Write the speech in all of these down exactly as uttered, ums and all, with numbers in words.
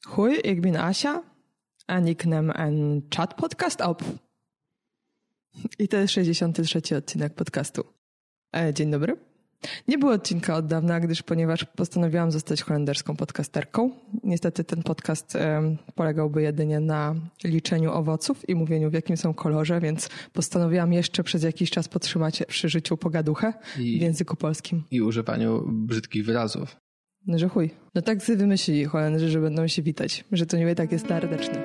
Hoi, ik ben Asia en ik neem een chat-podcast op. I to jest sześćdziesiąty trzeci odcinek podcastu. E, dzień dobry. Nie było odcinka od dawna, gdyż ponieważ postanowiłam zostać holenderską podcasterką. Niestety ten podcast e, polegałby jedynie na liczeniu owoców i mówieniu, w jakim są kolorze, więc postanowiłam jeszcze przez jakiś czas podtrzymać przy życiu pogaduchę I, w języku polskim. I używaniu brzydkich wyrazów. No, że chuj. No tak sobie wymyślili Holendrzy, że będą się witać. Że to niby tak jest serdeczne.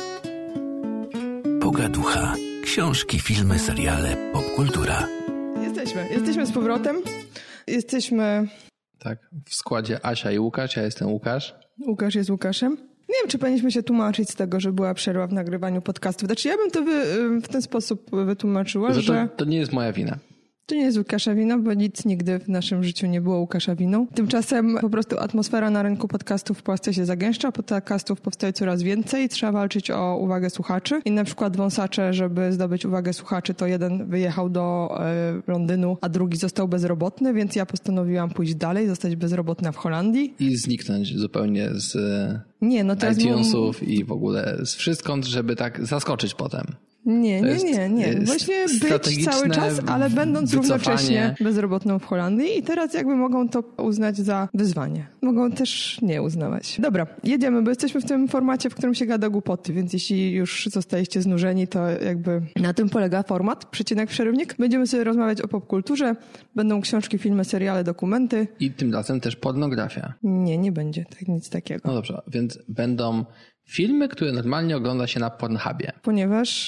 Pogaducha. Książki, filmy, seriale, popkultura. Jesteśmy. Jesteśmy z powrotem. Jesteśmy... Tak, w składzie Asia i Łukasz. Ja jestem Łukasz. Łukasz jest Łukaszem. Nie wiem, czy powinniśmy się tłumaczyć z tego, że była przerwa w nagrywaniu podcastów. Znaczy, ja bym to wy, w ten sposób wytłumaczyła, że... że... To, to nie jest moja wina. To nie jest Łukasza wina, bo nic nigdy w naszym życiu nie było Łukasza winą. Tymczasem po prostu atmosfera na rynku podcastów w Polsce się zagęszcza, podcastów powstaje coraz więcej, trzeba walczyć o uwagę słuchaczy. I na przykład wąsacze, żeby zdobyć uwagę słuchaczy, to jeden wyjechał do e, Londynu, a drugi został bezrobotny, więc ja postanowiłam pójść dalej, zostać bezrobotna w Holandii. I zniknąć zupełnie z nie, no teraz iTunesów m- i w ogóle z wszystkąd, żeby tak zaskoczyć potem. Nie, nie, nie, nie. Właśnie być cały czas, ale będąc wycofanie. Równocześnie bezrobotną w Holandii i teraz jakby mogą to uznać za wyzwanie. Mogą też nie uznawać. Dobra, jedziemy, bo jesteśmy w tym formacie, w którym się gada głupoty, więc jeśli już zostaliście znużeni, to jakby na tym polega format, przecinek, przerywnik. Będziemy sobie rozmawiać o popkulturze, będą książki, filmy, seriale, dokumenty. I tym razem też pornografia. Nie, nie będzie tak, nic takiego. No dobrze, więc będą... filmy, które normalnie ogląda się na Pornhubie. Ponieważ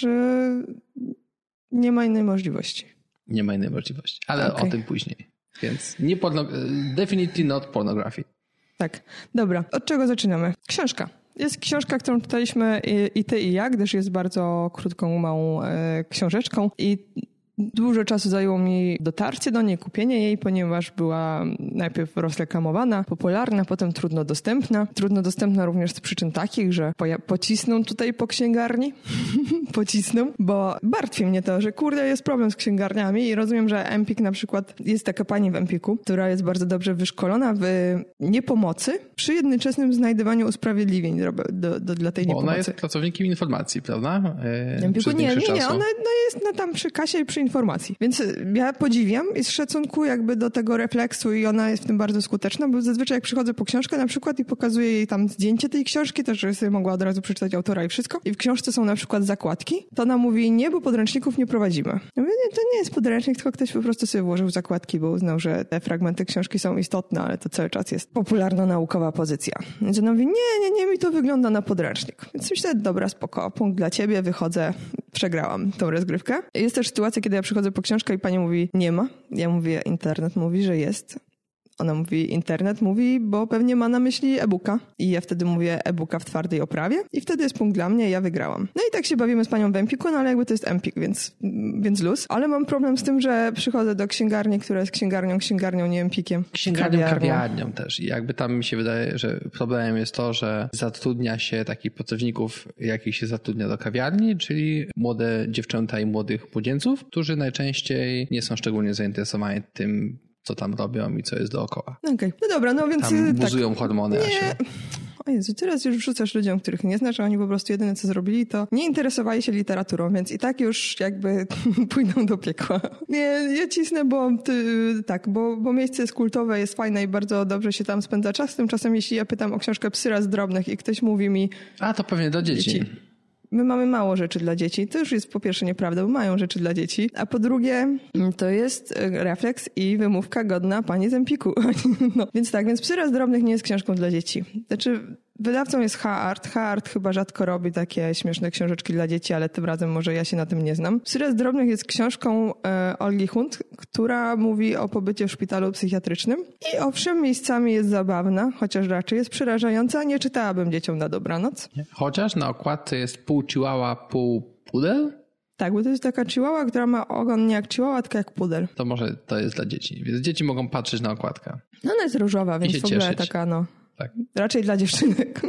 yy, nie ma innej możliwości. Nie ma innej możliwości, ale okay. O tym później. Więc nie porno... definitely not pornography. Tak, dobra. Od czego zaczynamy? Książka. Jest książka, którą czytaliśmy i, i ty i ja, gdyż jest bardzo krótką, małą e, książeczką i dużo czasu zajęło mi dotarcie do niej, kupienie jej, ponieważ była najpierw rozreklamowana, popularna, potem trudno dostępna. Trudno dostępna również z przyczyn takich, że poja- pocisną tutaj po księgarni. Pocisną, bo martwi mnie to, że kurde jest problem z księgarniami i rozumiem, że Empik na przykład, jest taka pani w Empiku, która jest bardzo dobrze wyszkolona w niepomocy przy jednoczesnym znajdywaniu usprawiedliwień do, do, do, dla tej bo niepomocy. Ona jest pracownikiem informacji, prawda? Yy, Empiku nie, nie, nie, ona no, jest no, tam przy kasie i przy informacji. Więc ja podziwiam i z szacunku jakby do tego refleksu i ona jest w tym bardzo skuteczna, bo zazwyczaj jak przychodzę po książkę na przykład i pokazuję jej tam zdjęcie tej książki, też żeby sobie mogła od razu przeczytać autora i wszystko. I w książce są na przykład zakładki, to ona mówi nie, bo podręczników nie prowadzimy. Ja mówię, nie, to nie jest podręcznik, tylko ktoś po prostu sobie włożył zakładki, bo uznał, że te fragmenty książki są istotne, ale to cały czas jest popularna naukowa pozycja. Więc ona mówi, nie, nie, nie, mi to wygląda na podręcznik. Więc myślę, dobra, spoko, punkt dla ciebie, wychodzę, przegrałam tą rozgrywkę. Jest też sytuacja, kiedy ja przychodzę po książkę i pani mówi, nie ma. Ja mówię, internet mówi, że jest. Ona mówi, internet mówi, bo pewnie ma na myśli e-booka. I ja wtedy mówię e-booka w twardej oprawie i wtedy jest punkt dla mnie, ja wygrałam. No i tak się bawimy z panią w Empiku, no ale jakby to jest Empik, więc, więc luz. Ale mam problem z tym, że przychodzę do księgarni, która jest księgarnią, księgarnią, nie Empikiem. Księgarnią, kawiarnią. kawiarnią też. I jakby tam mi się wydaje, że problemem jest to, że zatrudnia się takich pracowników, jakich się zatrudnia do kawiarni, czyli młode dziewczęta i młodych młodzieńców, którzy najczęściej nie są szczególnie zainteresowani tym, co tam robią i co jest dookoła. Okej, okay. No dobra, no więc... Tam buzują tak. hormony. Nie. Się... O Jezu, teraz już wrzucasz ludziom, których nie znasz, a oni po prostu jedyne co zrobili, to nie interesowali się literaturą, więc i tak już jakby pójdą do piekła. Nie, ja cisnę, bo ty, tak, bo, bo miejsce jest kultowe, jest fajne i bardzo dobrze się tam spędza czas. Tymczasem jeśli ja pytam o książkę Psy raz drobnych i ktoś mówi mi... A, to pewnie do dzieci. dzieci. My mamy mało rzeczy dla dzieci. To już jest po pierwsze nieprawda, bo mają rzeczy dla dzieci. A po drugie, to jest refleks i wymówka godna pani z Empiku. No, więc tak, więc Psy raz drobnych nie jest książką dla dzieci. Znaczy, wydawcą jest H-Art. H-Art chyba rzadko robi takie śmieszne książeczki dla dzieci, ale tym razem może ja się na tym nie znam. Psy raz drobnych jest książką e, Olgi Hunt, która mówi o pobycie w szpitalu psychiatrycznym. I owszem, miejscami jest zabawna, chociaż raczej jest przerażająca. Nie czytałabym dzieciom na dobranoc. Chociaż na okładce jest pół chihuahua, pół pudel? Tak, bo to jest taka chihuahua, która ma ogon nie jak chihuahua, tylko jak pudel. To może to jest dla dzieci. Więc dzieci mogą patrzeć na okładkę. No ona jest różowa, więc w ogóle cieszyć. Taka no... Tak. Raczej dla dziewczynek.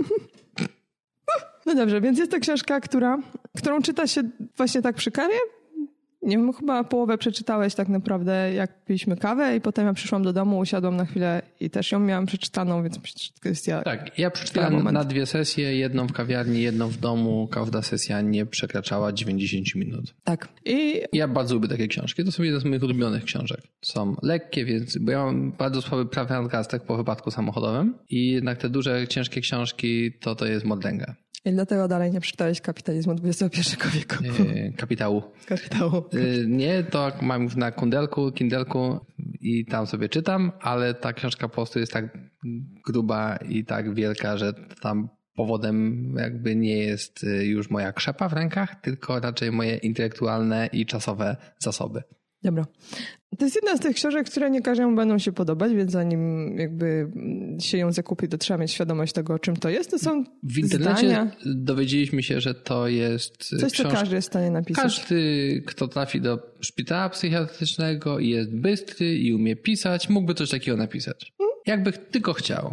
No dobrze, więc jest to książka, która, którą czyta się właśnie tak przy kawie. nie wiem, chyba połowę przeczytałeś tak naprawdę, jak piliśmy kawę i potem ja przyszłam do domu, usiadłam na chwilę i też ją miałam przeczytaną, więc myślę, że to kwestia... Tak, ja przeczytałem na dwie sesje, jedną w kawiarni, jedną w domu. Każda sesja nie przekraczała dziewięćdziesiąt minut. Tak. I... Ja bardzo lubię takie książki. To są jedne z moich ulubionych książek. Są lekkie, więc... Bo ja mam bardzo słaby prawy nadgarstek po wypadku samochodowym i jednak te duże, ciężkie książki to to jest modlęga. I dlatego dalej nie przeczytałeś Kapitalizmu dwudziestego pierwszego wieku. Yy, kapitału. Kapitału. Yy, nie, to mam już na Kundelku, Kindelku i tam sobie czytam, ale ta książka po prostu jest tak gruba i tak wielka, że tam powodem jakby nie jest już moja krzepa w rękach, tylko raczej moje intelektualne i czasowe zasoby. Dobra. To jest jedna z tych książek, które nie każdemu będą się podobać, więc zanim jakby się ją zakupi, to trzeba mieć świadomość tego, o czym to jest. To są w internecie zdania. Dowiedzieliśmy się, że to jest coś, co każdy jest w stanie napisać. Każdy, kto trafi do szpitala psychiatrycznego i jest bystry i umie pisać, mógłby coś takiego napisać. Jakby tylko chciał.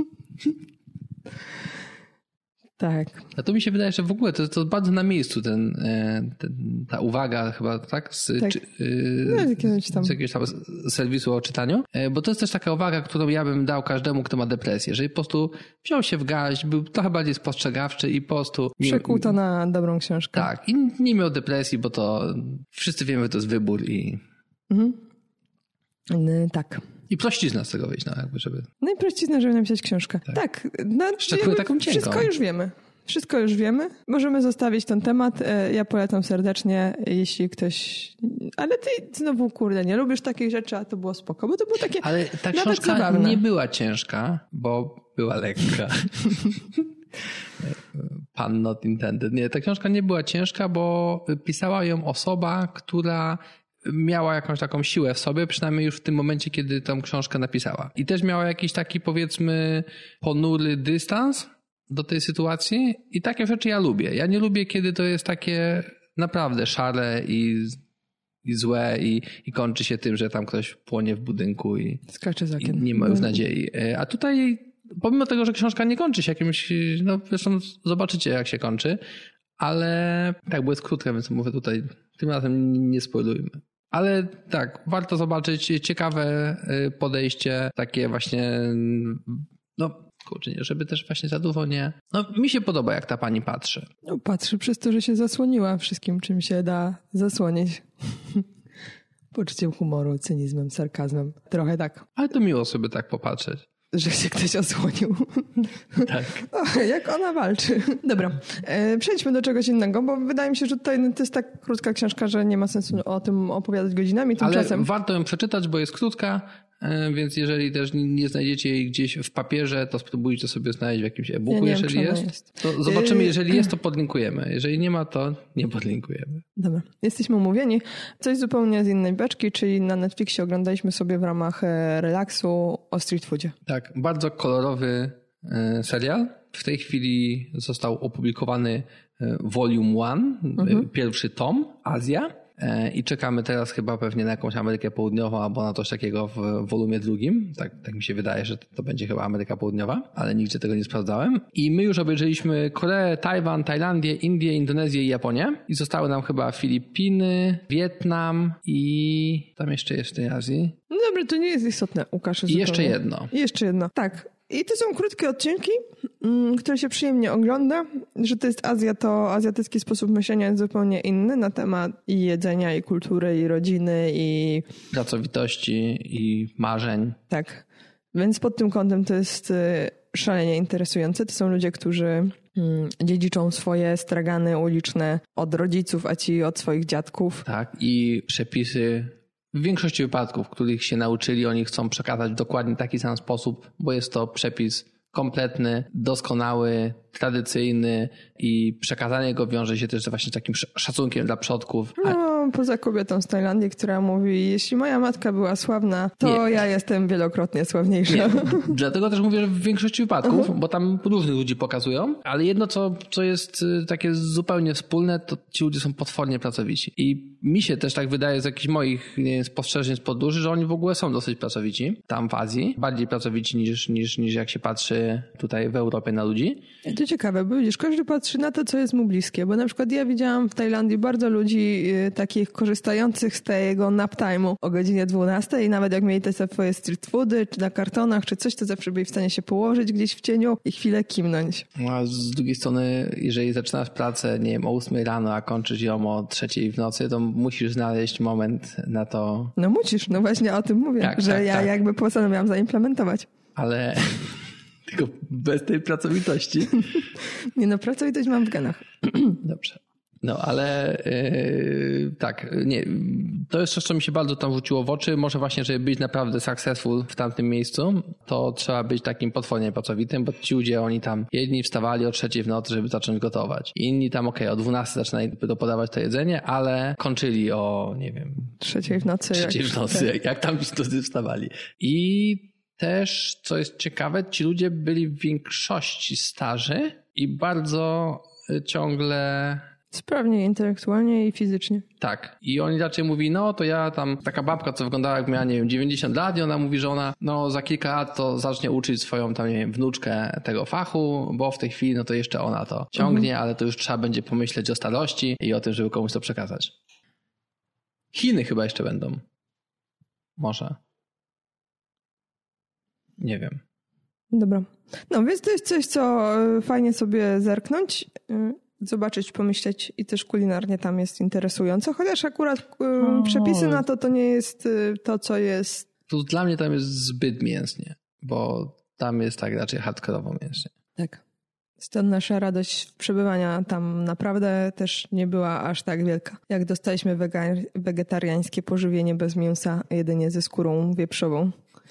Tak. A to mi się wydaje, że w ogóle to, to bardzo na miejscu ten, ten, ta uwaga chyba, tak? Z, tak. Czy, no, z, jakiegoś tam. z jakiegoś tam serwisu o czytaniu. Bo to jest też taka uwaga, którą ja bym dał każdemu, kto ma depresję. Jeżeli po prostu wziął się w garść, był trochę bardziej spostrzegawczy i po prostu... Przekuł to na dobrą książkę. Tak. I nie miał depresji, bo to wszyscy wiemy, że to jest wybór i... Mhm. Tak. I prościzna z tego wyjść, no jakby, żeby... No i prościzna, żeby napisać książkę. Tak. tak no, Szczególnie taką cienką. Wszystko już wiemy. Wszystko już wiemy. Możemy zostawić ten temat. Ja polecam serdecznie, jeśli ktoś... Ale ty znowu, kurde, nie lubisz takich rzeczy, a to było spoko, bo to było takie... Ale ta książka zabawne. Nie była ciężka, bo była lekka. Pan not intended. Nie, ta książka nie była ciężka, bo pisała ją osoba, która... miała jakąś taką siłę w sobie, przynajmniej już w tym momencie, kiedy tę książkę napisała. I też miała jakiś taki, powiedzmy, ponury dystans do tej sytuacji i takie rzeczy ja lubię. Ja nie lubię, kiedy to jest takie naprawdę szare i, i złe i, i kończy się tym, że tam ktoś płonie w budynku i, skacze za i nie ma już nadziei. A tutaj, pomimo tego, że książka nie kończy się jakimś, no zresztą zobaczycie, jak się kończy, ale tak, bo jest krótka, więc mówię tutaj, tym razem nie spoilujmy. Ale tak, warto zobaczyć ciekawe podejście, takie właśnie, no kurczę, nie, żeby też właśnie za dużo nie... No mi się podoba, jak ta pani patrzy. No patrzy przez to, że się zasłoniła wszystkim, czym się da zasłonić. Poczuciem humoru, cynizmem, sarkazmem. Trochę tak. Ale to miło sobie tak popatrzeć. Że się ktoś osłonił. Tak. O, jak ona walczy. Dobra, e, przejdźmy do czegoś innego, bo wydaje mi się, że tutaj to jest tak krótka książka, że nie ma sensu o tym opowiadać godzinami. Tymczasem... Ale warto ją przeczytać, bo jest krótka, więc jeżeli też nie znajdziecie jej gdzieś w papierze, to spróbujcie sobie znaleźć w jakimś e-booku, ja jeżeli jest. jest. To zobaczymy, jeżeli jest, to podlinkujemy. Jeżeli nie ma, to nie podlinkujemy. Dobra, jesteśmy umówieni. Coś zupełnie z innej beczki, czyli na Netflixie oglądaliśmy sobie w ramach relaksu o street foodzie. Tak, bardzo kolorowy serial. W tej chwili został opublikowany Volume One, mhm. pierwszy tom, Azja. I czekamy teraz chyba pewnie na jakąś Amerykę Południową albo na coś takiego w wolumie drugim. Tak, tak mi się wydaje, że to będzie chyba Ameryka Południowa, ale nigdzie tego nie sprawdzałem. I my już obejrzeliśmy Koreę, Tajwan, Tajlandię, Indię, Indonezję i Japonię. I zostały nam chyba Filipiny, Wietnam i tam jeszcze jest w tej Azji. No dobra, to nie jest istotne, Łukasz. I jeszcze jedno. I jeszcze jedno, tak. I to są krótkie odcinki, które się przyjemnie ogląda. Że to jest Azja, to azjatycki sposób myślenia jest zupełnie inny na temat i jedzenia, i kultury, i rodziny, i... pracowitości, i marzeń. Tak. Więc pod tym kątem to jest szalenie interesujące. To są ludzie, którzy dziedziczą swoje stragany uliczne od rodziców, a ci od swoich dziadków. Tak, i przepisy... W większości wypadków, których się nauczyli, oni chcą przekazać w dokładnie taki sam sposób, bo jest to przepis kompletny, doskonały, tradycyjny i przekazanie go wiąże się też właśnie takim szacunkiem dla przodków. No, poza kobietą z Tajlandii, która mówi, jeśli moja matka była sławna, to nie. Ja jestem wielokrotnie sławniejsza. Nie. Dlatego też mówię, że w większości wypadków, uh-huh. bo tam różnych ludzi pokazują, ale jedno, co, co jest takie zupełnie wspólne, to ci ludzie są potwornie pracowici. I mi się też tak wydaje z jakichś moich nie wiem, spostrzeżeń z podróży, że oni w ogóle są dosyć pracowici tam w Azji. Bardziej pracowici niż, niż, niż jak się patrzy tutaj w Europie na ludzi. To to ciekawe, bo widzisz, każdy patrzy na to, co jest mu bliskie, bo na przykład ja widziałam w Tajlandii bardzo ludzi y, takich korzystających z tego nap time'u o godzinie dwunastej i nawet jak mieli te swoje street foody, czy na kartonach, czy coś, to zawsze byli w stanie się położyć gdzieś w cieniu i chwilę kimnąć. No, a z drugiej strony, jeżeli zaczynasz pracę, nie wiem, o ósmej rano, a kończysz ją o trzeciej w nocy, to musisz znaleźć moment na to. No musisz, no właśnie o tym mówię, tak, że tak, ja tak. jakby postanowiłam zaimplementować. Ale tylko bez tej pracowitości. Nie no, pracowitość mam w genach. Dobrze. No ale yy, tak, nie, to jest coś, co mi się bardzo tam rzuciło w oczy. Może właśnie, żeby być naprawdę successful w tamtym miejscu, to trzeba być takim potwornie pracowitym, bo ci ludzie, oni tam jedni wstawali o trzeciej w nocy, żeby zacząć gotować. Inni tam, okej, okay, o dwunastej zaczynali podawać to jedzenie, ale kończyli o, nie wiem... Trzeciej w nocy. Trzeciej w nocy, jak, jak tam wtedy wstawali. I też, co jest ciekawe, ci ludzie byli w większości starzy i bardzo ciągle... Sprawnie intelektualnie i fizycznie. Tak. I oni raczej mówi, no to ja tam, taka babka, co wyglądała jak miała, nie wiem, dziewięćdziesiąt lat i ona mówi, że ona no za kilka lat to zacznie uczyć swoją tam, nie wiem, wnuczkę tego fachu, bo w tej chwili no to jeszcze ona to ciągnie, mhm. ale to już trzeba będzie pomyśleć o starości i o tym, żeby komuś to przekazać. Chiny chyba jeszcze będą. Może. Nie wiem. Dobra. No więc to jest coś, co fajnie sobie zerknąć, zobaczyć, pomyśleć i też kulinarnie tam jest interesująco, chociaż akurat o, przepisy na to to nie jest to, co jest... Tu dla mnie tam jest zbyt mięsnie, bo tam jest tak raczej hardkorowo mięsnie. Tak. Stąd nasza radość przebywania tam naprawdę też nie była aż tak wielka. Jak dostaliśmy wega- wegetariańskie pożywienie bez mięsa, jedynie ze skórą wieprzową.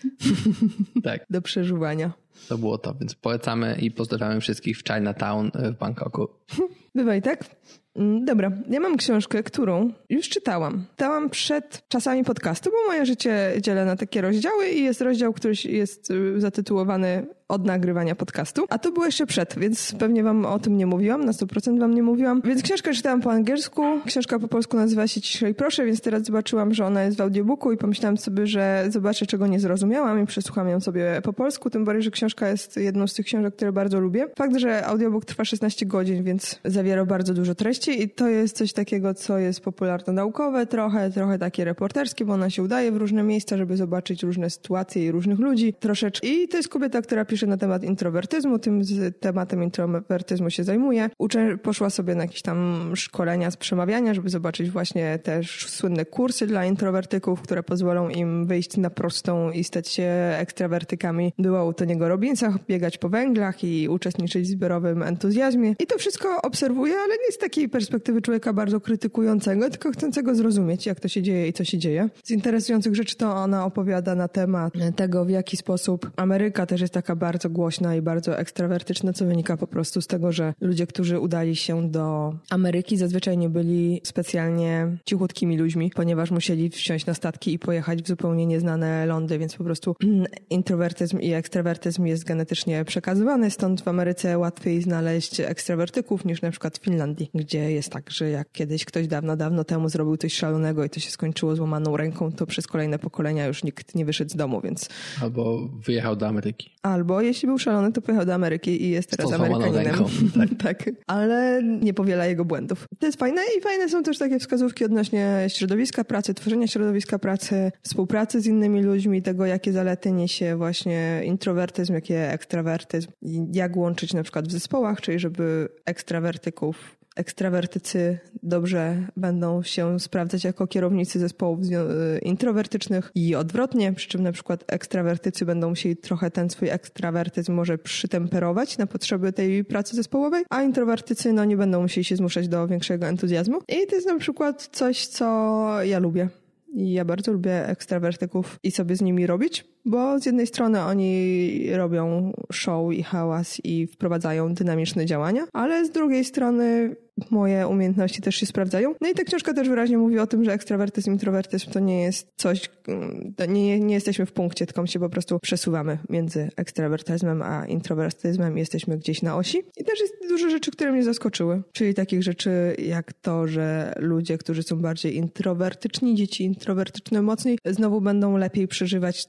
Tak. Do przeżuwania. To było to, więc polecamy i pozdrawiamy wszystkich w Chinatown w Bangkoku. Bywaj, tak? Dobra, ja mam książkę, którą już czytałam. Czytałam przed czasami podcastu, bo moje życie dzielę na takie rozdziały i jest rozdział, który jest zatytułowany Od nagrywania podcastu, a to było jeszcze przed, więc pewnie wam o tym nie mówiłam, na sto procent wam nie mówiłam. Więc książkę czytałam po angielsku, książka po polsku nazywa się Ciszej proszę, więc teraz zobaczyłam, że ona jest w audiobooku i pomyślałam sobie, że zobaczę, czego nie zrozumiałam i przesłucham ją sobie po polsku, tym bardziej, że książka jest jedną z tych książek, które bardzo lubię. Fakt, że audiobook trwa szesnaście godzin, więc zawiera bardzo dużo treści i to jest coś takiego, co jest popularno-naukowe trochę, trochę takie reporterskie, bo ona się udaje w różne miejsca, żeby zobaczyć różne sytuacje i różnych ludzi troszeczkę. I to jest kobieta, która pisze na temat introwertyzmu, tym z tematem introwertyzmu się zajmuje. Uczę, poszła sobie na jakieś tam szkolenia z przemawiania, żeby zobaczyć właśnie też słynne kursy dla introwertyków, które pozwolą im wyjść na prostą i stać się ekstrawertykami. Była u Tony'ego Robbinsa, biegać po węglach i uczestniczyć w zbiorowym entuzjazmie. I to wszystko obserwuję, ale nie z takiej perspektywy człowieka bardzo krytykującego, tylko chcącego zrozumieć, jak to się dzieje i co się dzieje. Z interesujących rzeczy to ona opowiada na temat tego, w jaki sposób Ameryka też jest taka bardzo głośna i bardzo ekstrawertyczna, co wynika po prostu z tego, że ludzie, którzy udali się do Ameryki, zazwyczaj nie byli specjalnie cichutkimi ludźmi, ponieważ musieli wsiąść na statki i pojechać w zupełnie nieznane lądy, więc po prostu introwertyzm i ekstrawertyzm jest genetycznie przekazywany, stąd w Ameryce łatwiej znaleźć ekstrawertyków niż na przykład w Finlandii, gdzie jest tak, że jak kiedyś ktoś dawno, dawno temu zrobił coś szalonego i to się skończyło złamaną ręką, to przez kolejne pokolenia już nikt nie wyszedł z domu, więc... Albo wyjechał do Ameryki. Albo jeśli był szalony, to pojechał do Ameryki i jest teraz Amerykaninem. Ręką, tak. Tak. Ale nie powiela jego błędów. To jest fajne i fajne są też takie wskazówki odnośnie środowiska pracy, tworzenia środowiska pracy, współpracy z innymi ludźmi, tego jakie zalety niesie właśnie introwertyzm, jakie ekstrawertyzm, jak łączyć na przykład w zespołach, czyli żeby ekstrawertyków ekstrawertycy dobrze będą się sprawdzać jako kierownicy zespołów introwertycznych i odwrotnie, przy czym na przykład ekstrawertycy będą musieli trochę ten swój ekstrawertyzm może przytemperować na potrzeby tej pracy zespołowej, a introwertycy no nie będą musieli się zmuszać do większego entuzjazmu. I to jest na przykład coś, co ja lubię. I ja bardzo lubię ekstrawertyków i sobie z nimi robić, bo z jednej strony oni robią show i hałas i wprowadzają dynamiczne działania, ale z drugiej strony moje umiejętności też się sprawdzają. No i ta książka też wyraźnie mówi o tym, że ekstrawertyzm, introwertyzm to nie jest coś, nie, nie jesteśmy w punkcie, tylko my się po prostu przesuwamy między ekstrawertyzmem a introwertyzmem, jesteśmy gdzieś na osi. I też jest dużo rzeczy, które mnie zaskoczyły. Czyli takich rzeczy jak to, że ludzie, którzy są bardziej introwertyczni, dzieci introwertyczne mocniej, znowu będą lepiej przeżywać trudne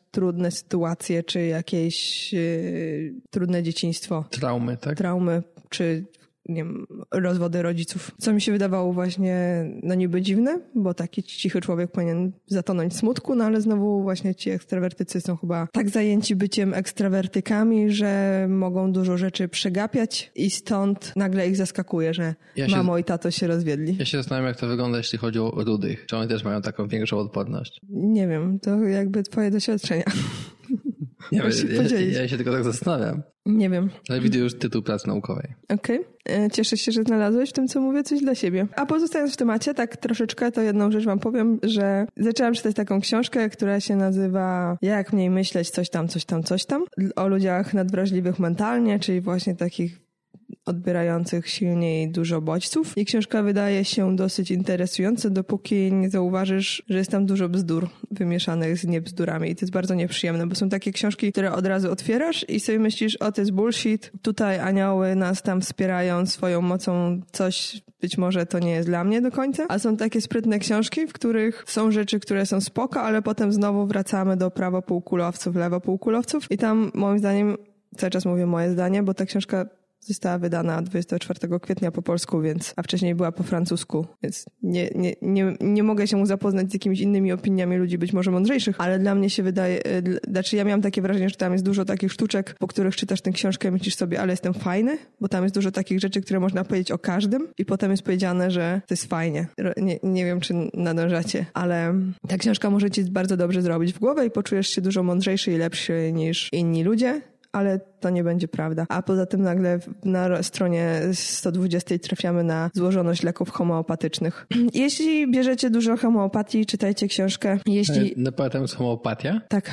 trudne sytuacje, czy jakieś yy, trudne dzieciństwo. Traumy, tak? Traumy, czy nie wiem, rozwody rodziców. Co mi się wydawało właśnie no niby dziwne, bo taki cichy człowiek powinien zatonąć w smutku, no ale znowu właśnie ci ekstrawertycy są chyba tak zajęci byciem ekstrawertykami, że mogą dużo rzeczy przegapiać i stąd nagle ich zaskakuje, że ja się, mamo i tato się rozwiedli. Ja się zastanawiam, jak to wygląda, jeśli chodzi o rudych. Czy oni też mają taką większą odporność? Nie wiem, to jakby twoje doświadczenia. Nie wiem, ja, ja się tylko tak zastanawiam. Nie wiem. Ale widzę już tytuł pracy naukowej. Okej. Okay. Cieszę się, że znalazłeś w tym, co mówię, coś dla siebie. A pozostając w temacie, tak troszeczkę, to jedną rzecz wam powiem, że zaczęłam czytać taką książkę, która się nazywa Jak mniej myśleć, coś tam, coś tam, coś tam. O ludziach nadwrażliwych mentalnie, czyli właśnie takich odbierających silniej dużo bodźców. I książka wydaje się dosyć interesująca, dopóki nie zauważysz, że jest tam dużo bzdur wymieszanych z niebzdurami. I to jest bardzo nieprzyjemne, bo są takie książki, które od razu otwierasz i sobie myślisz, o to jest bullshit, tutaj anioły nas tam wspierają swoją mocą, coś być może to nie jest dla mnie do końca. A są takie sprytne książki, w których są rzeczy, które są spoko, ale potem znowu wracamy do prawopółkulowców, lewopółkulowców i tam moim zdaniem, cały czas mówię moje zdanie, bo ta książka została wydana dwudziestego czwartego kwietnia po polsku, więc, a wcześniej była po francusku, więc nie, nie, nie, nie mogę się zapoznać z jakimiś innymi opiniami ludzi, być może mądrzejszych, ale dla mnie się wydaje, znaczy ja miałam takie wrażenie, że tam jest dużo takich sztuczek, po których czytasz tę książkę i myślisz sobie, ale jestem fajny, bo tam jest dużo takich rzeczy, które można powiedzieć o każdym i potem jest powiedziane, że to jest fajnie. Nie, nie wiem, czy nadążacie, ale ta książka może ci bardzo dobrze zrobić w głowę i poczujesz się dużo mądrzejszy i lepszy niż inni ludzie. Ale to nie będzie prawda. A poza tym nagle na stronie sto dwudziestej trafiamy na złożoność leków homeopatycznych. Jeśli bierzecie dużo homeopatii, czytajcie książkę. Jeśli... Na potem jest homeopatia? Tak.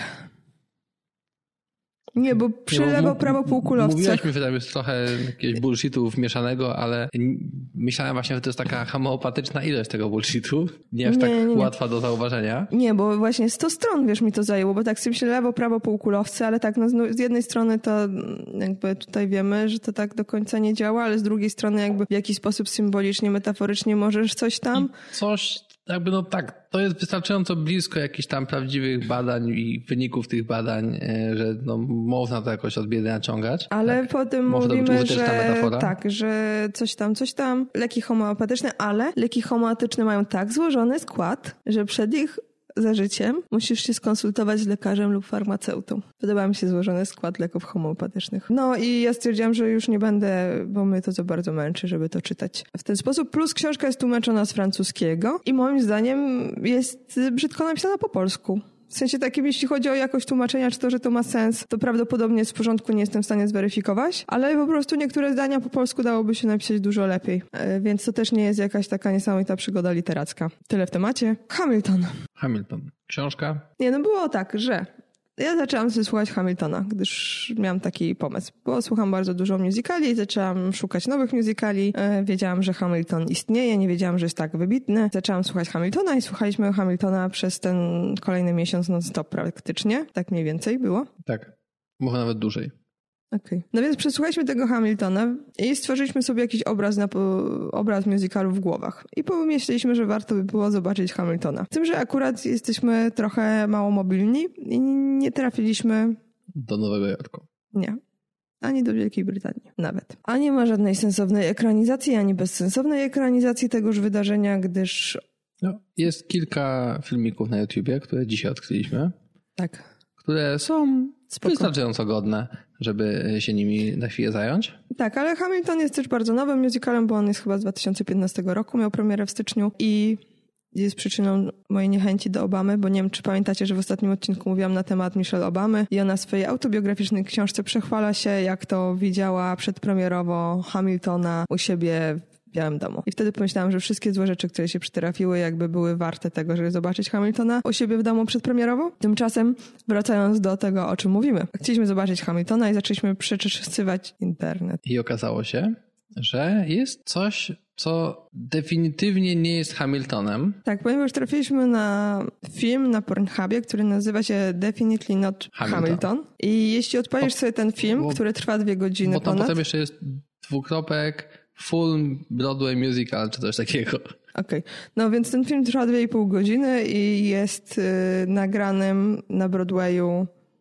Nie, bo przy nie, bo lewo, prawo półkulowcach... Mówiłaś mi, że tam jest trochę jakiegoś bullshitu wmieszanego, ale myślałem właśnie, że to jest taka homeopatyczna ilość tego bullshitu. Nie aż tak nie, nie. łatwa do zauważenia. Nie, bo właśnie sto stron, wiesz, mi to zajęło, bo tak sobie myślę lewo, prawo półkulowcy, ale tak, no z jednej strony to jakby tutaj wiemy, że to tak do końca nie działa, ale z drugiej strony jakby w jakiś sposób symbolicznie, metaforycznie możesz coś tam... I coś... Jakby no tak, to jest wystarczająco blisko jakichś tam prawdziwych badań i wyników tych badań, że no można to jakoś od biedy naciągać. Ale tak. potem Może mówimy, że tak, że coś tam, coś tam, leki homeopatyczne, ale leki homeopatyczne mają tak złożony skład, że przed ich zażyciem musisz się skonsultować z lekarzem lub farmaceutą. Podoba mi się złożony skład leków homeopatycznych. No i ja stwierdziłam, że już nie będę, bo mnie to za bardzo męczy, żeby to czytać w ten sposób. Plus książka jest tłumaczona z francuskiego i moim zdaniem jest brzydko napisana po polsku. W sensie takim, jeśli chodzi o jakość tłumaczenia, czy to, że to ma sens, to prawdopodobnie jest w porządku, nie jestem w stanie zweryfikować, ale po prostu niektóre zdania po polsku dałoby się napisać dużo lepiej. Więc to też nie jest jakaś taka niesamowita przygoda literacka. Tyle w temacie. Hamilton. Hamilton. Książka? Nie, no było tak, że ja zaczęłam sobie słuchać Hamiltona, gdyż miałam taki pomysł, bo słucham bardzo dużo musicali i zaczęłam szukać nowych musicali. Wiedziałam, że Hamilton istnieje, nie wiedziałam, że jest tak wybitny. Zaczęłam słuchać Hamiltona i słuchaliśmy Hamiltona przez ten kolejny miesiąc non-stop praktycznie. Tak mniej więcej było. Tak, może nawet dłużej. Okej. Okay. No więc przesłuchaliśmy tego Hamiltona i stworzyliśmy sobie jakiś obraz na obraz musicalu w głowach. I pomyśleliśmy, że warto by było zobaczyć Hamiltona. Z tym, że akurat jesteśmy trochę mało mobilni i nie trafiliśmy... Do Nowego Jorku. Nie. Ani do Wielkiej Brytanii. Nawet. A nie ma żadnej sensownej ekranizacji, ani bezsensownej ekranizacji tegoż wydarzenia, gdyż... No, jest kilka filmików na YouTubie, które dzisiaj odkryliśmy. Tak. Które są Spoko. wystarczająco godne, żeby się nimi na chwilę zająć. Tak, ale Hamilton jest też bardzo nowym musicalem, bo on jest chyba z dwa tysiące piętnastego roku, miał premierę w styczniu i jest przyczyną mojej niechęci do Obamy, bo nie wiem, czy pamiętacie, że w ostatnim odcinku mówiłam na temat Michelle Obamy i ona w swojej autobiograficznej książce przechwala się, jak to widziała przedpremierowo Hamiltona u siebie w Białym Domu. I wtedy pomyślałam, że wszystkie złe rzeczy, które się przytrafiły, jakby były warte tego, żeby zobaczyć Hamiltona u siebie w domu przedpremierowo. Tymczasem, wracając do tego, o czym mówimy, chcieliśmy zobaczyć Hamiltona i zaczęliśmy przeczysywać internet. I okazało się, że jest coś, co definitywnie nie jest Hamiltonem. Tak, ponieważ trafiliśmy na film na Pornhubie, który nazywa się Definitely Not Hamilton. Hamilton. I jeśli odpalisz bo, sobie ten film, bo, który trwa dwie godziny bo tam ponad... potem jeszcze jest dwukropek Full Broadway Musical, czy coś takiego. Okej. Okay. No więc ten film trwa dwie i pół godziny i jest y, nagranym na Broadwayu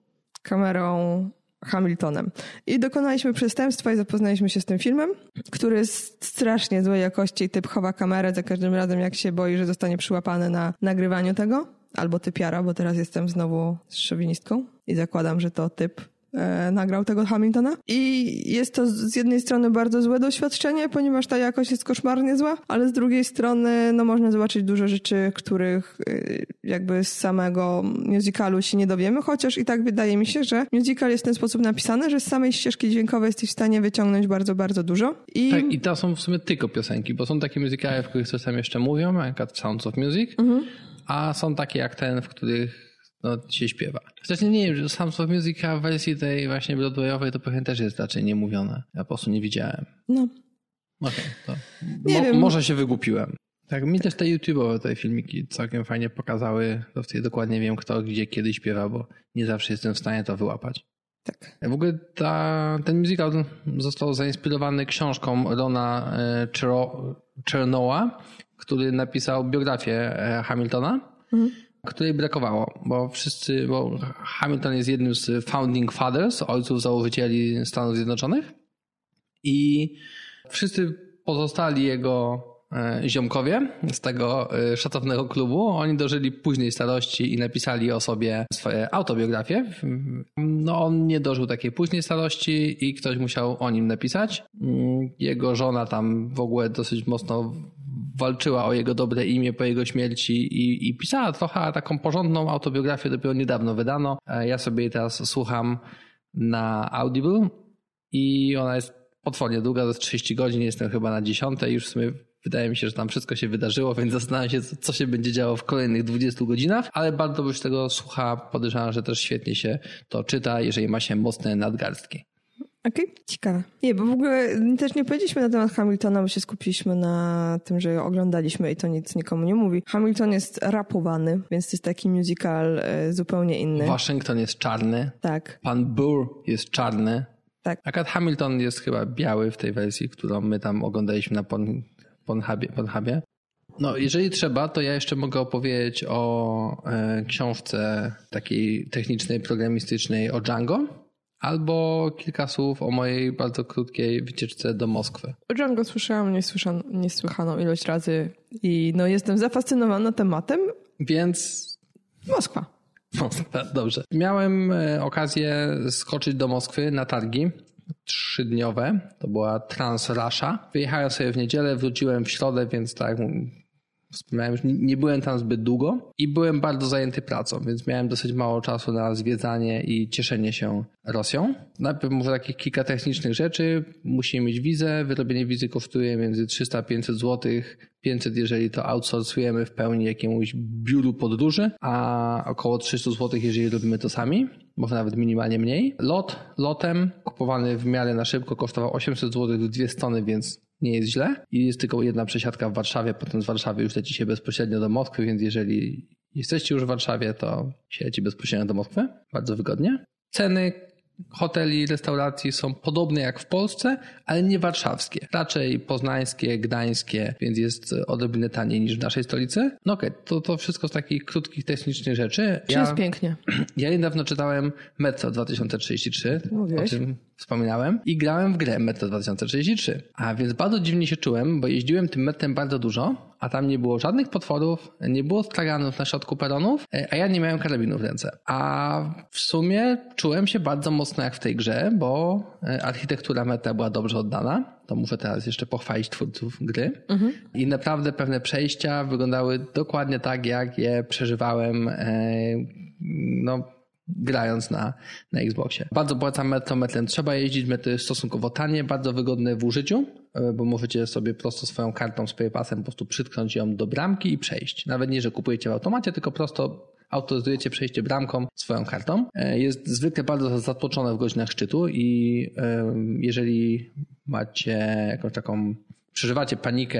kamerą Hamiltonem. I dokonaliśmy przestępstwa i zapoznaliśmy się z tym filmem, który jest strasznie złej jakości. Typ chowa kamerę za każdym razem, jak się boi, że zostanie przyłapany na nagrywaniu tego. Albo typiara, bo teraz jestem znowu szowinistką i zakładam, że to typ e, nagrał tego Hamiltona. I jest to z jednej strony bardzo złe doświadczenie, ponieważ ta jakość jest koszmarnie zła, ale z drugiej strony no, można zobaczyć dużo rzeczy, których e, jakby z samego musicalu się nie dowiemy, chociaż i tak wydaje mi się, że musical jest w ten sposób napisany, że z samej ścieżki dźwiękowej jesteś w stanie wyciągnąć bardzo, bardzo dużo. I... Tak, i to są w sumie tylko piosenki, bo są takie musicale, w których coś tam jeszcze mówią, jak Sounds of Music, mhm. a są takie jak ten, w których no, się śpiewa. Zresztą nie wiem, że Sounds of Music w wersji tej właśnie Broadwayowej to pewnie też jest raczej niemówione. Ja po prostu nie widziałem. No. Okej, okay, to nie mo- wiem. Może się wygłupiłem. Tak, mi też te YouTube'owe te filmiki całkiem fajnie pokazały, to wtedy dokładnie wiem kto, gdzie, kiedy śpiewa, bo nie zawsze jestem w stanie to wyłapać. Tak. W ogóle ta, ten musical został zainspirowany książką Rona Chernowa, który napisał biografię Hamiltona, mhm. której brakowało, bo wszyscy, bo Hamilton jest jednym z founding fathers, ojców założycieli Stanów Zjednoczonych i wszyscy pozostali jego ziomkowie z tego szacownego klubu, oni dożyli późnej starości i napisali o sobie swoje autobiografie. No on nie dożył takiej późnej starości i ktoś musiał o nim napisać. Jego żona tam w ogóle dosyć mocno walczyła o jego dobre imię po jego śmierci i, i pisała trochę taką porządną autobiografię, dopiero niedawno wydano. Ja sobie jej teraz słucham na Audible i ona jest potwornie długa, to jest trzydzieści godzin, jestem chyba na dziesiątej, już w sumie wydaje mi się, że tam wszystko się wydarzyło, więc zastanawiam się, co się będzie działo w kolejnych dwudziestu godzinach, ale bardzo już tego słucha, podejrzewam, że też świetnie się to czyta, jeżeli ma się mocne nadgarstki. Okej, okay, ciekawe. Nie, bo w ogóle też nie powiedzieliśmy na temat Hamiltona, bo się skupiliśmy na tym, że oglądaliśmy i to nic nikomu nie mówi. Hamilton jest rapowany, więc to jest taki musical zupełnie inny. Waszyngton jest czarny. Tak. Pan Burr jest czarny. Tak. Akurat Hamilton jest chyba biały w tej wersji, którą my tam oglądaliśmy na Pornhubie. Pornhubie. No, jeżeli trzeba, to ja jeszcze mogę opowiedzieć o e, książce takiej technicznej, programistycznej o Django. Albo kilka słów o mojej bardzo krótkiej wycieczce do Moskwy. O Django słyszałam niesłyszaną, niesłychaną ilość razy i no jestem zafascynowana tematem. Więc... Moskwa. Moskwa, dobrze. Miałem okazję skoczyć do Moskwy na targi trzydniowe. To była Trans Russia. Wyjechałem sobie w niedzielę, wróciłem w środę, więc tak... Wspomniałem, że nie byłem tam zbyt długo i byłem bardzo zajęty pracą, więc miałem dosyć mało czasu na zwiedzanie i cieszenie się Rosją. Najpierw może takich kilka technicznych rzeczy. Musimy mieć wizę. Wyrobienie wizy kosztuje między trzysta a pięćset złotych. pięćset, jeżeli to outsourcujemy w pełni jakiemuś biuru podróży, a około trzysta złotych, jeżeli robimy to sami, może nawet minimalnie mniej. Lot lotem kupowany w miarę na szybko kosztował osiemset złotych w dwie strony, więc nie jest źle. I jest tylko jedna przesiadka w Warszawie, potem z Warszawy już leci się bezpośrednio do Moskwy, więc jeżeli jesteście już w Warszawie, to się leci bezpośrednio do Moskwy. Bardzo wygodnie. Ceny hoteli, restauracji są podobne jak w Polsce, ale nie warszawskie. Raczej poznańskie, gdańskie, więc jest odrobinę taniej niż w naszej stolicy. No okej, okay, to, to wszystko z takich krótkich, technicznych rzeczy. Czy ja, jest pięknie. Ja niedawno czytałem Metro dwa tysiące trzydzieści trzy, Mówiłeś? O czym wspominałem, i grałem w grę Metro dwa tysiące trzydzieści trzy. A więc bardzo dziwnie się czułem, bo jeździłem tym metrem bardzo dużo, a tam nie było żadnych potworów, nie było straganów na środku peronów, a ja nie miałem karabinu w ręce. A w sumie czułem się bardzo mocno jak w tej grze, bo architektura metra była dobrze oddana. To muszę teraz jeszcze pochwalić twórców gry. Mhm. I naprawdę pewne przejścia wyglądały dokładnie tak, jak je przeżywałem no, grając na, na Xboxie. Bardzo polecam metro. Metrem trzeba jeździć. Metro jest stosunkowo tanie, bardzo wygodne w użyciu, bo możecie sobie prosto swoją kartą z PayPasem po prostu przytknąć ją do bramki i przejść. Nawet nie, że kupujecie w automacie, tylko prosto autoryzujecie przejście bramką swoją kartą. Jest zwykle bardzo zatłoczone w godzinach szczytu i jeżeli macie jakąś taką, przeżywacie panikę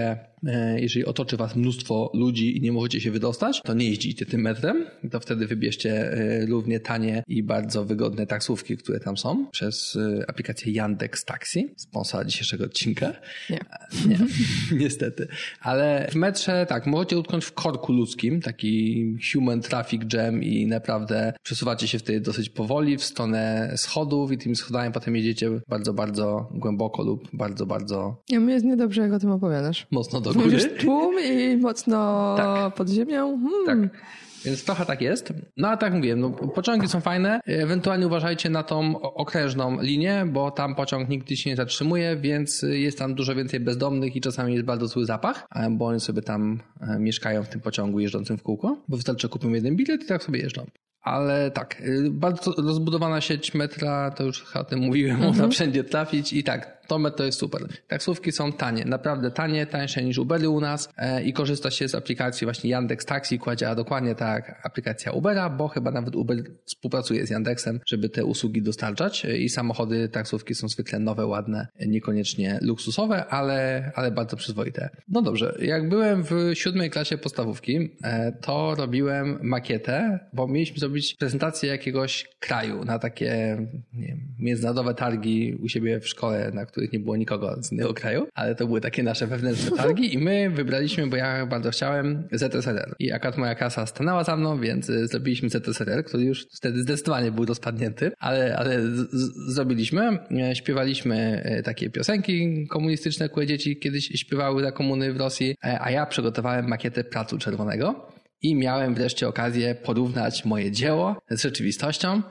Jeżeli otoczy was mnóstwo ludzi i nie możecie się wydostać, to nie jeździcie tym metrem, to wtedy wybierzcie równie tanie i bardzo wygodne taksówki, które tam są przez aplikację Yandex Taxi, sponsora dzisiejszego odcinka. Nie. Nie, niestety. Ale w metrze, tak, możecie utknąć w korku ludzkim, taki human traffic jam i naprawdę przesuwacie się wtedy dosyć powoli w stronę schodów i tymi schodami potem jedziecie bardzo, bardzo głęboko lub bardzo, bardzo... Ja mi jest niedobrze, jak o tym opowiadasz. Mocno do góry. Już tłum i mocno tak. pod ziemią. Hmm. Tak. Więc trochę tak jest. No a tak mówiłem, no, pociągi są fajne. Ewentualnie uważajcie na tą okrężną linię, bo tam pociąg nigdy się nie zatrzymuje, więc jest tam dużo więcej bezdomnych i czasami jest bardzo zły zapach, bo oni sobie tam mieszkają w tym pociągu jeżdżącym w kółko, bo wystarczy kupią jeden bilet i tak sobie jeżdżą. Ale tak, bardzo rozbudowana sieć metra, to już o tym mówiłem, mhm. można wszędzie trafić i tak, to metro jest super. Taksówki są tanie, naprawdę tanie, tańsze niż Ubery u nas e, i korzysta się z aplikacji właśnie Yandex Taxi, która działa dokładnie tak jak aplikacja Ubera, bo chyba nawet Uber współpracuje z Yandexem, żeby te usługi dostarczać i samochody taksówki są zwykle nowe, ładne, niekoniecznie luksusowe, ale, ale bardzo przyzwoite. No dobrze, jak byłem w siódmej klasie podstawówki, e, to robiłem makietę, bo mieliśmy zrobić prezentację jakiegoś kraju na takie nie wiem, międzynarodowe targi u siebie w szkole, na których nie było nikogo z innego kraju, ale to były takie nasze wewnętrzne targi i my wybraliśmy, bo ja bardzo chciałem Z S R R. I akurat moja klasa stanęła za mną, więc zrobiliśmy Z S R R, który już wtedy zdecydowanie był rozpadnięty, ale, ale z- z- zrobiliśmy. Śpiewaliśmy takie piosenki komunistyczne, które dzieci kiedyś śpiewały za komuny w Rosji, a ja przygotowałem makietę Placu Czerwonego i miałem wreszcie okazję porównać moje dzieło z rzeczywistością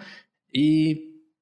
i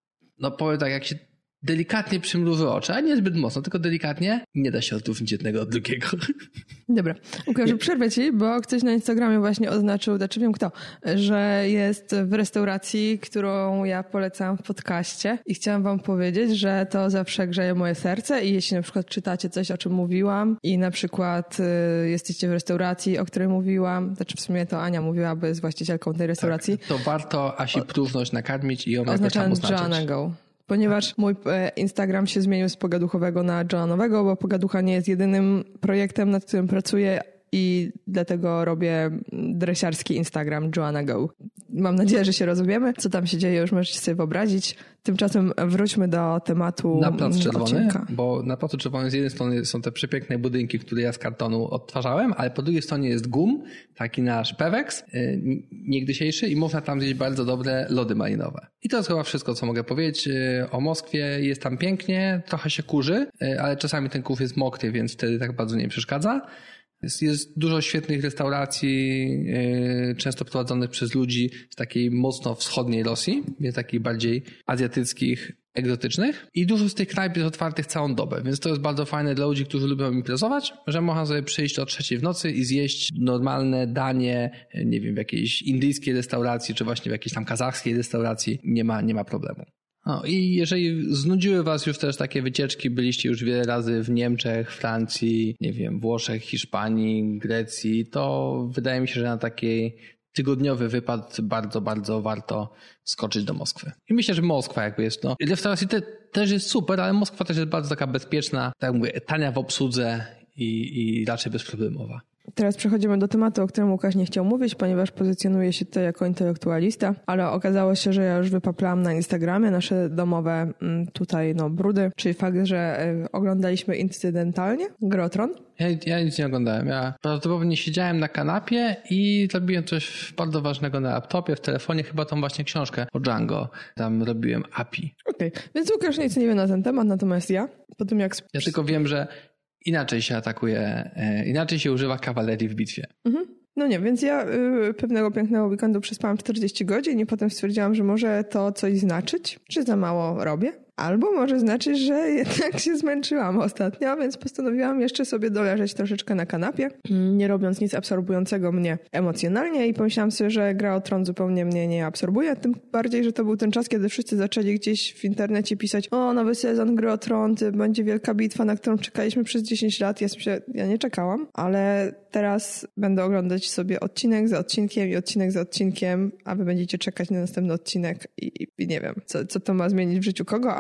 no powiem tak, jak się delikatnie przymruży oczy, a nie zbyt mocno, tylko delikatnie, nie da się odróżnić jednego od drugiego. Dobra, Łukaszu, przerwę ci, bo ktoś na Instagramie właśnie oznaczył, znaczy wiem kto, że jest w restauracji, którą ja polecam w podcaście i chciałam wam powiedzieć, że to zawsze grzeje moje serce i jeśli na przykład czytacie coś, o czym mówiłam i na przykład y, jesteście w restauracji, o której mówiłam, znaczy w sumie to Ania mówiła, bo jest właścicielką tej restauracji. Tak, to warto Asi próżność nakarmić i ją tam oznaczyć. Joanna Go. Ponieważ mój Instagram się zmienił z pogaduchowego na Joannowego, bo pogaducha nie jest jedynym projektem, nad którym pracuję i dlatego robię dresiarski Instagram Joanna Go. Mam nadzieję, że się rozumiemy. Co tam się dzieje, już możecie sobie wyobrazić. Tymczasem wróćmy do tematu na Plac Czerwony, odcinka. Bo na Placu Czerwonym z jednej strony są te przepiękne budynki, które ja z kartonu odtwarzałem, ale po drugiej stronie jest G U M, taki nasz Pewex, niegdysiejszy i można tam zjeść bardzo dobre lody malinowe. I to jest chyba wszystko, co mogę powiedzieć o Moskwie. Jest tam pięknie, trochę się kurzy, ale czasami ten kurz jest mokry, więc wtedy tak bardzo nie przeszkadza. Jest, jest dużo świetnych restauracji, yy, często prowadzonych przez ludzi z takiej mocno wschodniej Rosji, nie takich bardziej azjatyckich, egzotycznych. I dużo z tych knajp jest otwartych całą dobę, więc to jest bardzo fajne dla ludzi, którzy lubią imprezować, że można sobie przyjść o trzeciej w nocy i zjeść normalne danie, nie wiem, w jakiejś indyjskiej restauracji, czy właśnie w jakiejś tam kazachskiej restauracji. Nie ma, nie ma problemu. No i jeżeli znudziły was już też takie wycieczki, byliście już wiele razy w Niemczech, Francji, nie wiem, Włoszech, Hiszpanii, Grecji, to wydaje mi się, że na taki tygodniowy wypad bardzo, bardzo warto skoczyć do Moskwy. I myślę, że Moskwa jakby jest, no, restauracji te, też jest super, ale Moskwa też jest bardzo taka bezpieczna, tak jak mówię, tania w obsłudze i, i raczej bezproblemowa. Teraz przechodzimy do tematu, o którym Łukasz nie chciał mówić, ponieważ pozycjonuje się tutaj jako intelektualista, ale okazało się, że ja już wypaplałam na Instagramie nasze domowe tutaj no brudy, czyli fakt, że oglądaliśmy incydentalnie Grę o Tron. Ja, ja nic nie oglądałem. Ja prawdopodobnie siedziałem na kanapie i robiłem coś bardzo ważnego na laptopie, w telefonie, chyba tą właśnie książkę o Django. Tam robiłem A P I. Okej, okay. Więc Łukasz nic nie wie na ten temat, natomiast ja, po tym jak... Ja tylko wiem, że inaczej się atakuje, inaczej się używa kawalerii w bitwie. Mhm. No nie, więc ja y, pewnego pięknego weekendu przespałam czterdzieści godzin i potem stwierdziłam, że może to coś znaczyć, że za mało robię. Albo może znaczyć, że jednak się zmęczyłam ostatnio, więc postanowiłam jeszcze sobie doleżeć troszeczkę na kanapie, nie robiąc nic absorbującego mnie emocjonalnie i pomyślałam sobie, że Gra o Tron zupełnie mnie nie absorbuje, tym bardziej, że to był ten czas, kiedy wszyscy zaczęli gdzieś w internecie pisać: o, nowy sezon Gry o Tron, będzie wielka bitwa, na którą czekaliśmy przez dziesięć lat. Ja, sobie, ja nie czekałam, ale teraz będę oglądać sobie odcinek za odcinkiem i odcinek za odcinkiem, a wy będziecie czekać na następny odcinek i, i nie wiem, co, co to ma zmienić w życiu kogo, ale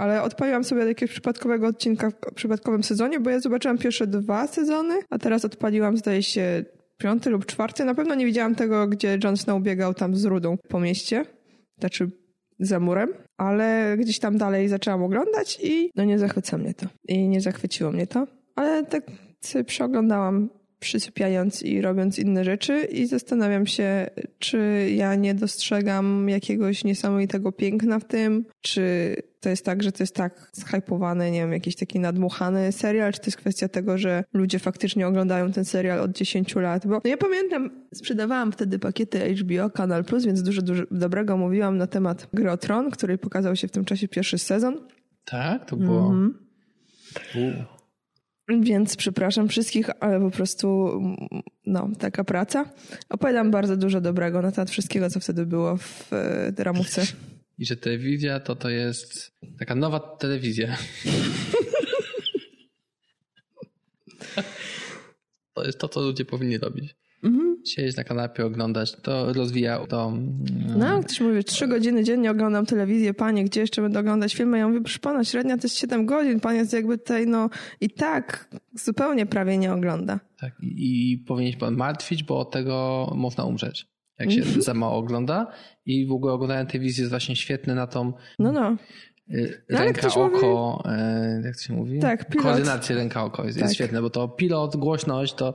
ale odpaliłam sobie jakiegoś przypadkowego odcinka w przypadkowym sezonie, bo ja zobaczyłam pierwsze dwa sezony, a teraz odpaliłam, zdaje się, piąty lub czwarty. Na pewno nie widziałam tego, gdzie Jon Snow biegał tam z rudą po mieście, znaczy za murem, ale gdzieś tam dalej zaczęłam oglądać i no nie zachwyca mnie to. I nie zachwyciło mnie to, ale tak sobie przeoglądałam przysypiając i robiąc inne rzeczy i zastanawiam się, czy ja nie dostrzegam jakiegoś niesamowitego piękna w tym, czy to jest tak, że to jest tak zhypowany, nie wiem, jakiś taki nadmuchany serial, czy to jest kwestia tego, że ludzie faktycznie oglądają ten serial od dziesięciu lat, bo no ja pamiętam, sprzedawałam wtedy pakiety H B O, Kanal Plus, więc dużo, dużo dobrego mówiłam na temat Gry o Tron, który pokazał się w tym czasie pierwszy sezon. Tak? To było... Mhm. Więc przepraszam wszystkich, ale po prostu no, taka praca. Opowiadam bardzo dużo dobrego na temat wszystkiego, co wtedy było w ramówce. I że telewizja to to jest taka nowa telewizja. To jest to, co ludzie powinni robić. Mhm. Siedzieć na kanapie, oglądać, to rozwija to... No, ktoś mówi, trzy godziny dziennie oglądam telewizję, panie, gdzie jeszcze będę oglądać filmy? Ja mówię, proszę pana, średnia to jest siedem godzin, pan jest jakby tutaj, no i tak zupełnie prawie nie ogląda. Tak, i, i powinien się pan martwić, bo od tego można umrzeć, jak się mm-hmm. za mało ogląda i w ogóle oglądanie telewizji jest właśnie świetne na tą... No, no. Ręka, no, oko, mówi... jak to się mówi? Tak, pilot. Koordynacja ręka, oko jest, tak. jest świetne, bo to pilot, głośność, to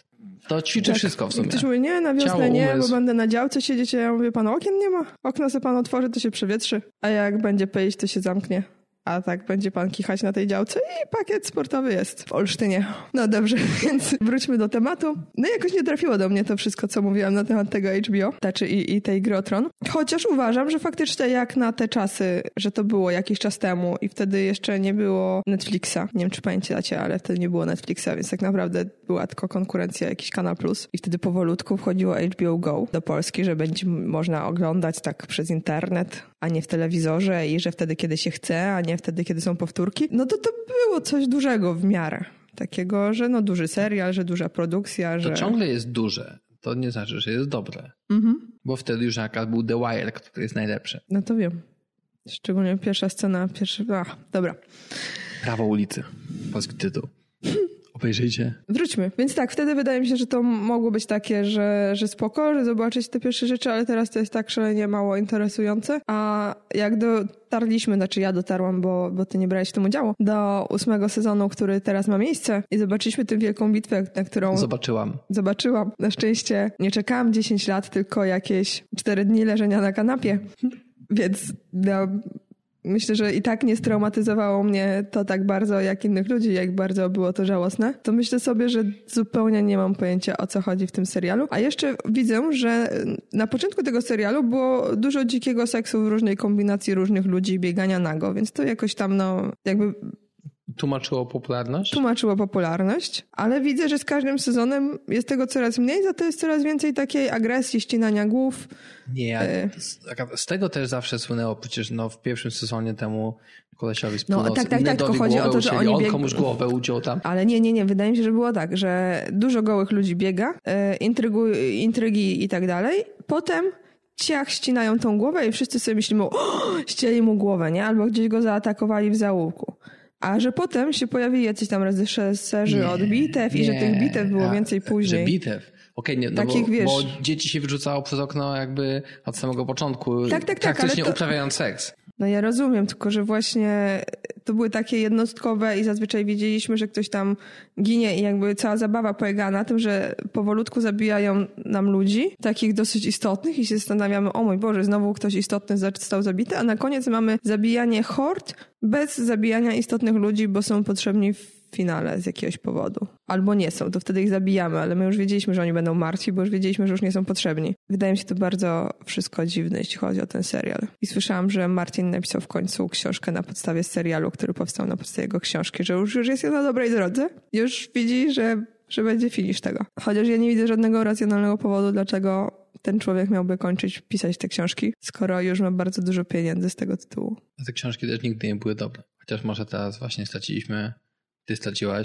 To ćwiczy tak. wszystko w sumie. Ktoś mówi, nie, na wiosnę Ciało, nie, umysł. Bo będę na działce siedzieć, a ja mówię, pan okien nie ma. Okno sobie pan otworzy, to się przewietrzy. A jak będzie pyjść, to się zamknie. A tak będzie pan kichać na tej działce i pakiet sportowy jest w Olsztynie. No dobrze, więc wróćmy do tematu. No jakoś nie trafiło do mnie to wszystko, co mówiłam na temat tego H B O, znaczy i, i tej Gry o Tron. Chociaż uważam, że faktycznie jak na te czasy, że to było jakiś czas temu i wtedy jeszcze nie było Netflixa. Nie wiem, czy pamiętacie, ale wtedy nie było Netflixa, więc tak naprawdę była tylko konkurencja, jakiś Kanal Plus. I wtedy powolutku wchodziło H B O Go do Polski, że będzie można oglądać tak przez internet, a nie w telewizorze i że wtedy, kiedy się chce, a nie wtedy, kiedy są powtórki, no to to było coś dużego w miarę. Takiego, że no duży serial, że duża produkcja, to że... To ciągle jest duże. To nie znaczy, że jest dobre. Mhm. Bo wtedy już jaka był The Wire, który jest najlepszy. No to wiem. Szczególnie pierwsza scena, pierwszy... Ach, dobra. Prawo ulicy. Polski tytuł. Obejrzyjcie. Wróćmy. Więc tak, wtedy wydaje mi się, że to mogło być takie, że, że spoko, że zobaczyć te pierwsze rzeczy, ale teraz to jest tak szalenie mało interesujące. A jak dotarliśmy, znaczy ja dotarłam, bo, bo ty nie brałeś w tym udziału, do ósmego sezonu, który teraz ma miejsce i zobaczyliśmy tę wielką bitwę, na którą... Zobaczyłam. Zobaczyłam. Na szczęście nie czekałam dziesięć lat, tylko jakieś cztery dni leżenia na kanapie. Więc... No, myślę, że i tak nie straumatyzowało mnie to tak bardzo jak innych ludzi, jak bardzo było to żałosne. To myślę sobie, że zupełnie nie mam pojęcia, o co chodzi w tym serialu. A jeszcze widzę, że na początku tego serialu było dużo dzikiego seksu w różnej kombinacji różnych ludzi, biegania nago, więc to jakoś tam no jakby... Tłumaczyło popularność? Tłumaczyło popularność, ale widzę, że z każdym sezonem jest tego coraz mniej, za to jest coraz więcej takiej agresji, ścinania głów. Nie, z, z tego też zawsze słynęło, przecież no, w pierwszym sezonie temu kolesiowi z północy. No tak, tak, tak, tylko chodzi o to, że oni on bieg... komuś głowę uciął tam. Ale nie, nie, nie, wydaje mi się, że było tak, że dużo gołych ludzi biega, e, intrygu, intrygi i tak dalej, potem ciach ścinają tą głowę i wszyscy sobie myślimy, o, ścięli mu głowę, nie? Albo gdzieś go zaatakowali w zaułku. A że potem się pojawili jacyś tam reżyserzy od bitew i że tych bitew było a, więcej później. Że bitew? Okej, okay, nie, no Takich, bo, wiesz... bo dzieci się wyrzucało przez okno jakby od samego początku, tak, tak, praktycznie tak, ale to... uprawiając seks. No ja rozumiem, tylko że właśnie to były takie jednostkowe i zazwyczaj wiedzieliśmy, że ktoś tam ginie i jakby cała zabawa polega na tym, że powolutku zabijają nam ludzi, takich dosyć istotnych i się zastanawiamy, o mój Boże, znowu ktoś istotny został zabity, a na koniec mamy zabijanie hord bez zabijania istotnych ludzi, bo są potrzebni w finale z jakiegoś powodu. Albo nie są, to wtedy ich zabijamy, ale my już wiedzieliśmy, że oni będą martwi, bo już wiedzieliśmy, że już nie są potrzebni. Wydaje mi się to bardzo wszystko dziwne, jeśli chodzi o ten serial. I słyszałam, że Martin napisał w końcu książkę na podstawie serialu, który powstał na podstawie jego książki, że już, już jest na dobrej drodze. Już widzi, że, że będzie finish tego. Chociaż ja nie widzę żadnego racjonalnego powodu, dlaczego ten człowiek miałby kończyć pisać te książki, skoro już ma bardzo dużo pieniędzy z tego tytułu. A te książki też nigdy nie były dobre. Chociaż może teraz właśnie straciliśmy, ty straciłaś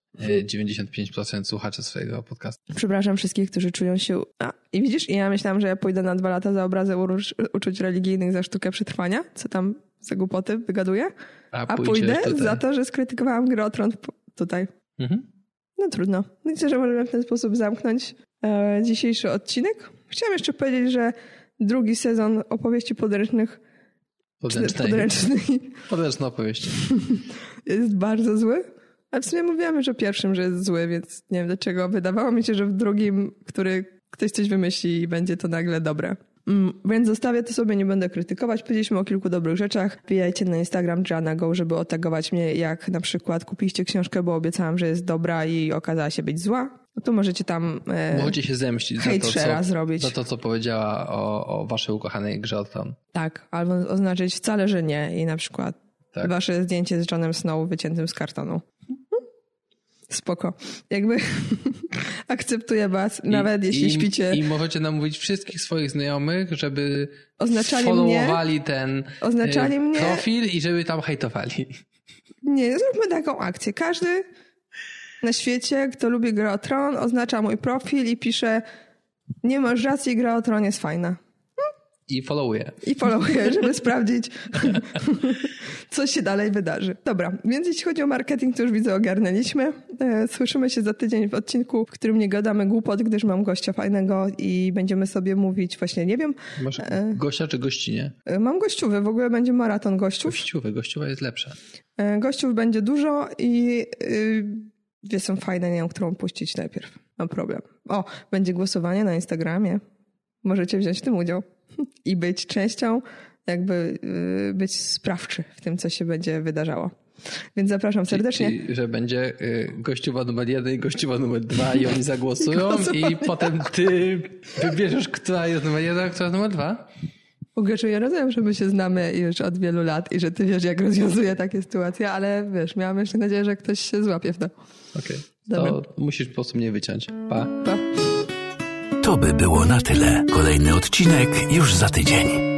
dziewięćdziesiąt pięć procent słuchaczy swojego podcastu. Przepraszam wszystkich, którzy czują się... A, i widzisz, i ja myślałam, że ja pójdę na dwa lata za obrazę uczuć, uczuć religijnych za sztukę przetrwania, co tam za głupoty wygaduję, a, a pójdę tutaj za to, że skrytykowałam grę o Tron tutaj. Mhm. No trudno. Myślę, że możemy w ten sposób zamknąć e, dzisiejszy odcinek. Chciałam jeszcze powiedzieć, że drugi sezon opowieści podręcznych Podręcznej. Podręcznej. Podręczna opowieść. Jest bardzo zły. A w sumie mówiłam już o pierwszym, że jest zły, więc nie wiem dlaczego. Wydawało mi się, że w drugim, który ktoś coś wymyśli i będzie to nagle dobre. Mm, więc zostawię to sobie, nie będę krytykować. Powiedzieliśmy o kilku dobrych rzeczach. Wbijajcie na Instagram Joanna Go, żeby otagować mnie, jak na przykład kupiliście książkę, bo obiecałam, że jest dobra i okazała się być zła. No to możecie tam e, możecie się zemścić za to, co, zrobić. za to, co powiedziała o, o waszej ukochanej grze o Tron. Tak, albo oznaczyć wcale, że nie i na przykład tak. Wasze zdjęcie z Johnem Snow wyciętym z kartonu. Spoko. Jakby akceptuję was, I, nawet jeśli i, śpicie. I możecie namówić wszystkich swoich znajomych, żeby oznaczali followowali mnie, ten oznaczali mnie, profil i żeby tam hejtowali. Nie, zróbmy taką akcję. Każdy na świecie, kto lubi grę o Tron, oznacza mój profil i pisze: nie masz racji, gra o Tron jest fajna. I followuję. I followuję, żeby sprawdzić, co się dalej wydarzy. Dobra, więc jeśli chodzi o marketing, to już widzę, ogarnęliśmy. Słyszymy się za tydzień w odcinku, w którym nie gadamy głupot, gdyż mam gościa fajnego i będziemy sobie mówić właśnie, nie wiem. Masz gościa czy gościnie? Mam gościówę, w ogóle będzie maraton gościów. Gościówy, gościuwa jest lepsza. Gościów będzie dużo i dwie są fajne, nie wiem, którą puścić najpierw. Mam problem. O, będzie głosowanie na Instagramie. Możecie wziąć w tym udział. I być częścią, jakby yy, być sprawczy w tym, co się będzie wydarzało. Więc zapraszam serdecznie. Czyli, czyli że będzie y, gościuwa numer jeden i gościuwa numer dwa i oni zagłosują i, i potem ty wybierzesz, która jest numer jeden, a która jest numer dwa? W ogóle ja rozumiem, że my się znamy już od wielu lat i że ty wiesz, jak rozwiązuje takie sytuacje, ale wiesz, miałam jeszcze nadzieję, że ktoś się złapie w to. Okej, okay. To musisz po prostu mnie wyciąć. Pa. Pa. To by było na tyle. Kolejny odcinek już za tydzień.